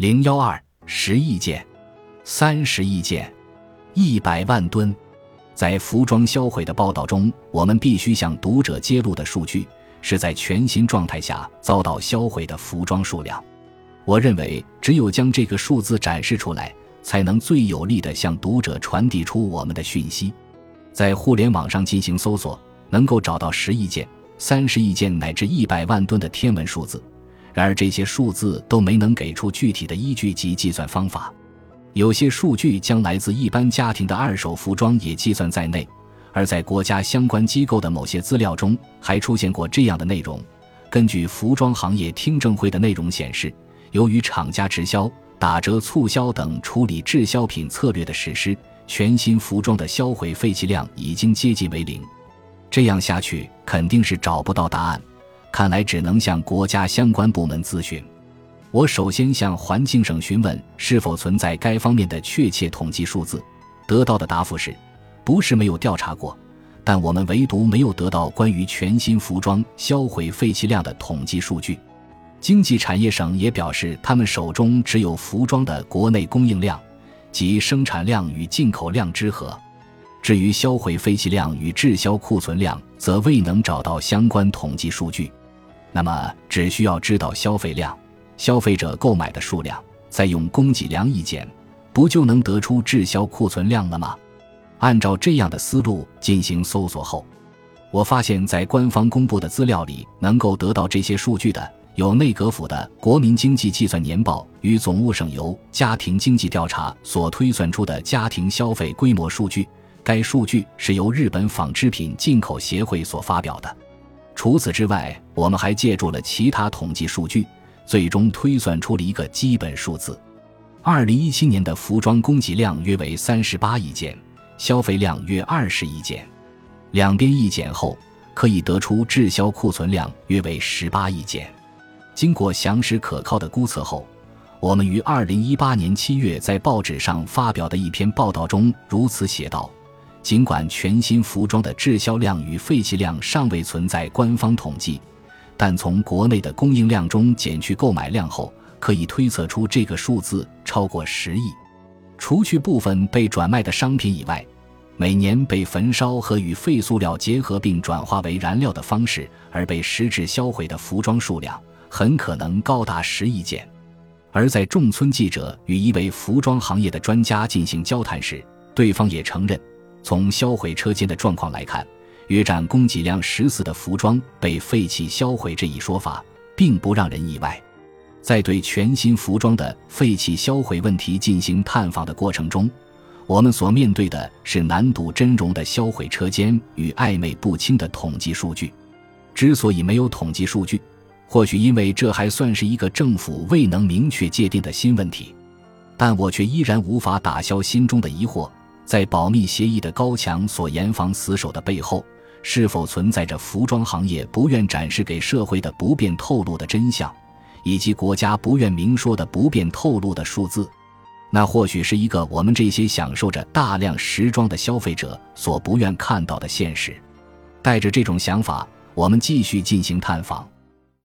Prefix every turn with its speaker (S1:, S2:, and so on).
S1: 01210亿件30亿件100万吨。在服装销毁的报道中，我们必须向读者揭露的数据是在全新状态下遭到销毁的服装数量。我认为只有将这个数字展示出来，才能最有力地向读者传递出我们的讯息。在互联网上进行搜索，能够找到10亿件、30亿件乃至100万吨的天文数字，然而这些数字都没能给出具体的依据及计算方法。有些数据将来自一般家庭的二手服装也计算在内，而在国家相关机构的某些资料中还出现过这样的内容：根据服装行业听证会的内容显示，由于厂家直销、打折促销等处理滞销品策略的实施，全新服装的销毁废弃量已经接近为0。这样下去肯定是找不到答案，看来只能向国家相关部门咨询。我首先向环境省询问是否存在该方面的确切统计数字，得到的答复是，不是没有调查过，但我们唯独没有得到关于全新服装销毁废弃量的统计数据。经济产业省也表示，他们手中只有服装的国内供应量，即生产量与进口量之和。至于销毁废弃量与滞销库存量，则未能找到相关统计数据。那么只需要知道消费量、消费者购买的数量，再用供给量一减，不就能得出滞销库存量了吗？按照这样的思路进行搜索后，我发现在官方公布的资料里能够得到这些数据的，有内阁府的《国民经济计算年报》与总务省由家庭经济调查所推算出的家庭消费规模数据，该数据是由日本纺织品进口协会所发表的。除此之外，我们还借助了其他统计数据，最终推算出了一个基本数字。2017年的服装供给量约为38亿件，消费量约20亿件，两边一减后，可以得出滞销库存量约为18亿件。经过详实可靠的估测后，我们于2018年7月在报纸上发表的一篇报道中如此写道：尽管全新服装的滞销量与废弃量尚未存在官方统计，但从国内的供应量中减去购买量后，可以推测出这个数字超过10亿。除去部分被转卖的商品以外，每年被焚烧和与废塑料结合并转化为燃料的方式而被实质销毁的服装数量很可能高达10亿件。而在仲村记者与一位服装行业的专家进行交谈时，对方也承认，从销毁车间的状况来看，约占供给量14%的服装被废弃销毁这一说法并不让人意外。在对全新服装的废弃销毁问题进行探访的过程中，我们所面对的是难睹真容的销毁车间与暧昧不清的统计数据。之所以没有统计数据，或许因为这还算是一个政府未能明确界定的新问题，但我却依然无法打消心中的疑惑，在保密协议的高墙所严防死守的背后，是否存在着服装行业不愿展示给社会的不便透露的真相，以及国家不愿明说的不便透露的数字？那或许是一个我们这些享受着大量时装的消费者所不愿看到的现实。带着这种想法，我们继续进行探访，